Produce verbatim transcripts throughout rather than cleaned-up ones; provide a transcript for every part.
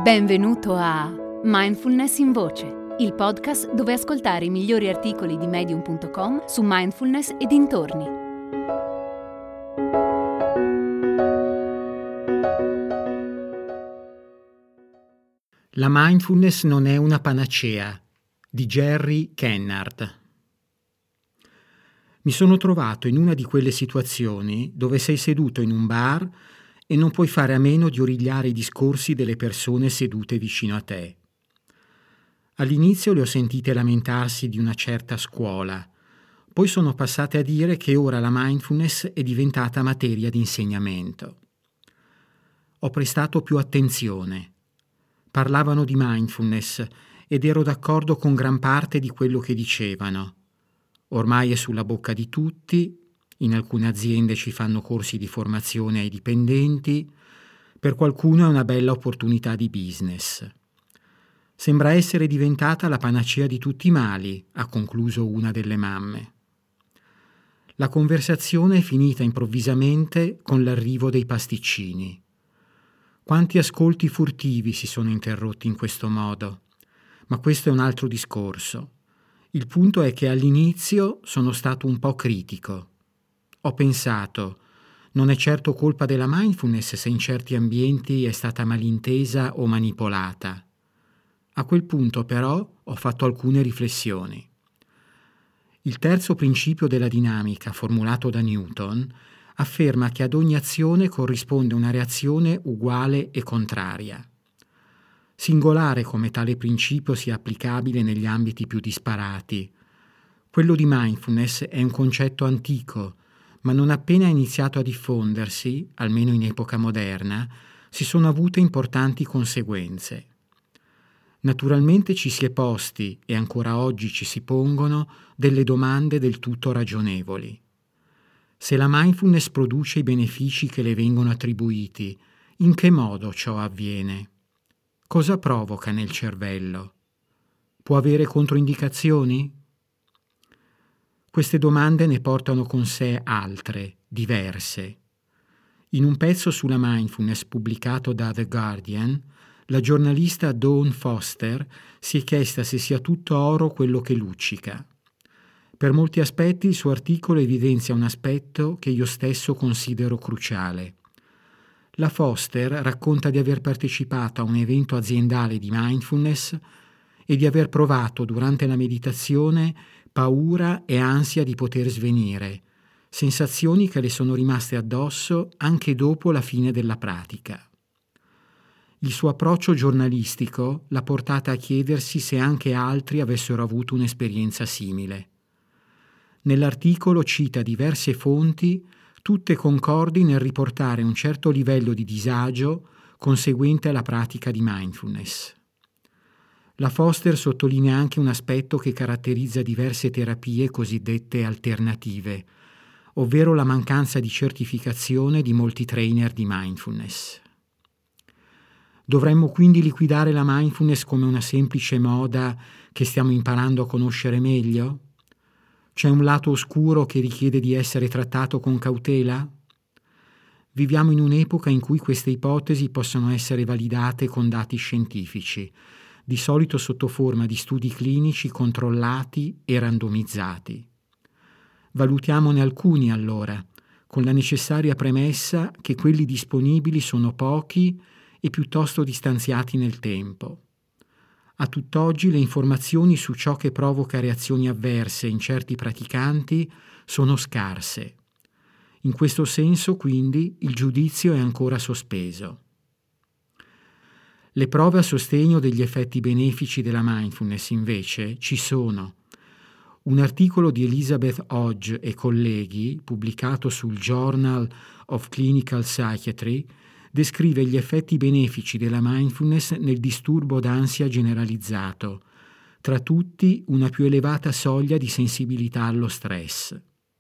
Benvenuto a Mindfulness in Voce, il podcast dove ascoltare i migliori articoli di medium punto com su mindfulness e dintorni. La mindfulness non è una panacea, di Jerry Kennard. Mi sono trovato in una di quelle situazioni dove sei seduto in un bar e non puoi fare a meno di origliare i discorsi delle persone sedute vicino a te. All'inizio le ho sentite lamentarsi di una certa scuola, poi sono passate a dire che ora la mindfulness è diventata materia di insegnamento. Ho prestato più attenzione. Parlavano di mindfulness ed ero d'accordo con gran parte di quello che dicevano. Ormai è sulla bocca di tutti. In alcune aziende ci fanno corsi di formazione ai dipendenti, per qualcuno è una bella opportunità di business. Sembra essere diventata la panacea di tutti i mali, ha concluso una delle mamme. La conversazione è finita improvvisamente con l'arrivo dei pasticcini. Quanti ascolti furtivi si sono interrotti in questo modo? Ma questo è un altro discorso. Il punto è che all'inizio sono stato un po' critico. Ho pensato, non è certo colpa della mindfulness se in certi ambienti è stata malintesa o manipolata. A quel punto però ho fatto alcune riflessioni. Il terzo principio della dinamica, formulato da Newton, afferma che ad ogni azione corrisponde una reazione uguale e contraria. Singolare come tale principio sia applicabile negli ambiti più disparati. Quello di mindfulness è un concetto antico, ma non appena ha iniziato a diffondersi, almeno in epoca moderna, si sono avute importanti conseguenze. Naturalmente ci si è posti, e ancora oggi ci si pongono, delle domande del tutto ragionevoli. Se la mindfulness produce i benefici che le vengono attribuiti, in che modo ciò avviene? Cosa provoca nel cervello? Può avere controindicazioni? Queste domande ne portano con sé altre, diverse. In un pezzo sulla mindfulness pubblicato da The Guardian, la giornalista Dawn Foster si è chiesta se sia tutto oro quello che luccica. Per molti aspetti il suo articolo evidenzia un aspetto che io stesso considero cruciale. La Foster racconta di aver partecipato a un evento aziendale di mindfulness e di aver provato durante la meditazione paura e ansia di poter svenire, sensazioni che le sono rimaste addosso anche dopo la fine della pratica. Il suo approccio giornalistico l'ha portata a chiedersi se anche altri avessero avuto un'esperienza simile. Nell'articolo cita diverse fonti, tutte concordi nel riportare un certo livello di disagio conseguente alla pratica di mindfulness. La Foster sottolinea anche un aspetto che caratterizza diverse terapie cosiddette alternative, ovvero la mancanza di certificazione di molti trainer di mindfulness. Dovremmo quindi liquidare la mindfulness come una semplice moda che stiamo imparando a conoscere meglio? C'è un lato oscuro che richiede di essere trattato con cautela? Viviamo in un'epoca in cui queste ipotesi possono essere validate con dati scientifici, di solito sotto forma di studi clinici controllati e randomizzati. Valutiamone alcuni allora, con la necessaria premessa che quelli disponibili sono pochi e piuttosto distanziati nel tempo. A tutt'oggi le informazioni su ciò che provoca reazioni avverse in certi praticanti sono scarse. In questo senso, quindi, il giudizio è ancora sospeso. Le prove a sostegno degli effetti benefici della mindfulness, invece, ci sono. Un articolo di Elizabeth Hodge e colleghi, pubblicato sul Journal of Clinical Psychiatry, descrive gli effetti benefici della mindfulness nel disturbo d'ansia generalizzato, tra tutti una più elevata soglia di sensibilità allo stress.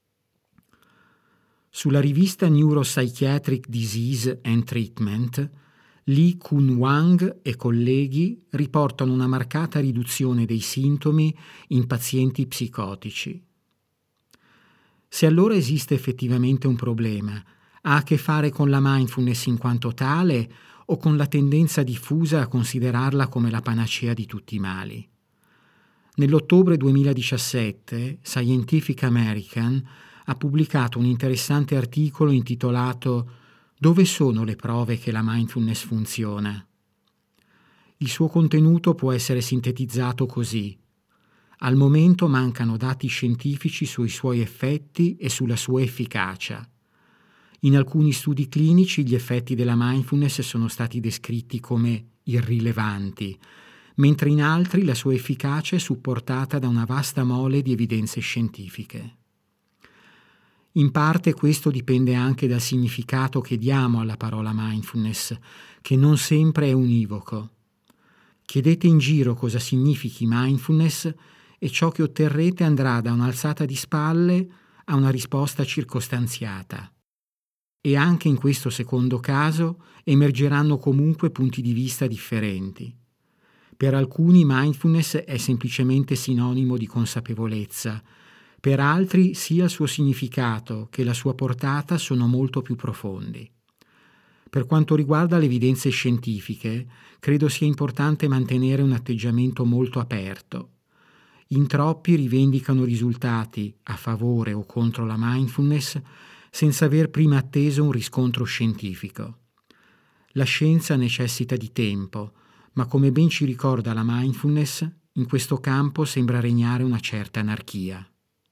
Sulla rivista Neuropsychiatric Disease and Treatment, Lee Kun Wang e colleghi riportano una marcata riduzione dei sintomi in pazienti psicotici. Se allora esiste effettivamente un problema, ha a che fare con la mindfulness in quanto tale o con la tendenza diffusa a considerarla come la panacea di tutti i mali. Nell'ottobre duemiladiciassette Scientific American ha pubblicato un interessante articolo intitolato «Dove sono le prove che la mindfulness funziona?». Il suo contenuto può essere sintetizzato così: al momento mancano dati scientifici sui suoi effetti e sulla sua efficacia. In alcuni studi clinici gli effetti della mindfulness sono stati descritti come irrilevanti, mentre in altri la sua efficacia è supportata da una vasta mole di evidenze scientifiche. In parte questo dipende anche dal significato che diamo alla parola mindfulness, che non sempre è univoco. Chiedete in giro cosa significhi mindfulness e ciò che otterrete andrà da un'alzata di spalle a una risposta circostanziata. E anche in questo secondo caso emergeranno comunque punti di vista differenti. Per alcuni mindfulness è semplicemente sinonimo di consapevolezza, per altri sia il suo significato che la sua portata sono molto più profondi. Per quanto riguarda le evidenze scientifiche, credo sia importante mantenere un atteggiamento molto aperto. In troppi rivendicano risultati a favore o contro la mindfulness senza aver prima atteso un riscontro scientifico. La scienza necessita di tempo, ma come ben ci ricorda la mindfulness, in questo campo sembra regnare una certa anarchia.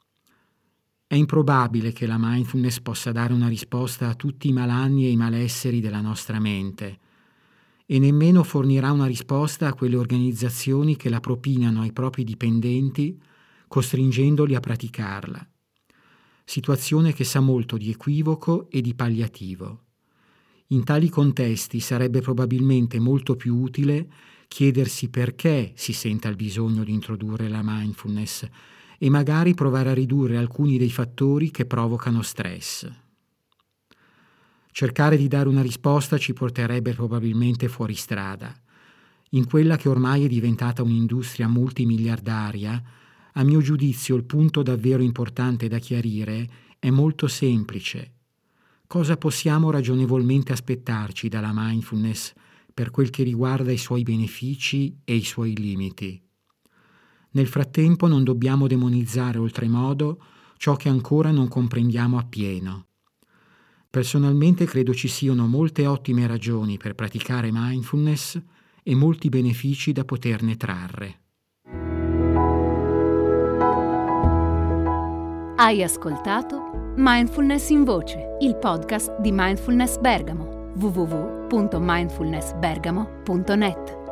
È improbabile che la mindfulness possa dare una risposta a tutti i malanni e i malesseri della nostra mente, e nemmeno fornirà una risposta a quelle organizzazioni che la propinano ai propri dipendenti, costringendoli a praticarla. Situazione che sa molto di equivoco e di palliativo. In tali contesti sarebbe probabilmente molto più utile chiedersi perché si senta il bisogno di introdurre la mindfulness e magari provare a ridurre alcuni dei fattori che provocano stress. Cercare di dare una risposta ci porterebbe probabilmente fuori strada. In quella che ormai è diventata un'industria multimiliardaria, a mio giudizio il punto davvero importante da chiarire è molto semplice. Cosa possiamo ragionevolmente aspettarci dalla mindfulness per quel che riguarda i suoi benefici e i suoi limiti? Nel frattempo non dobbiamo demonizzare oltremodo ciò che ancora non comprendiamo appieno. Personalmente credo ci siano molte ottime ragioni per praticare mindfulness e molti benefici da poterne trarre. Hai ascoltato Mindfulness in Voce, il podcast di Mindfulness Bergamo, w w w punto mindfulness bergamo punto net.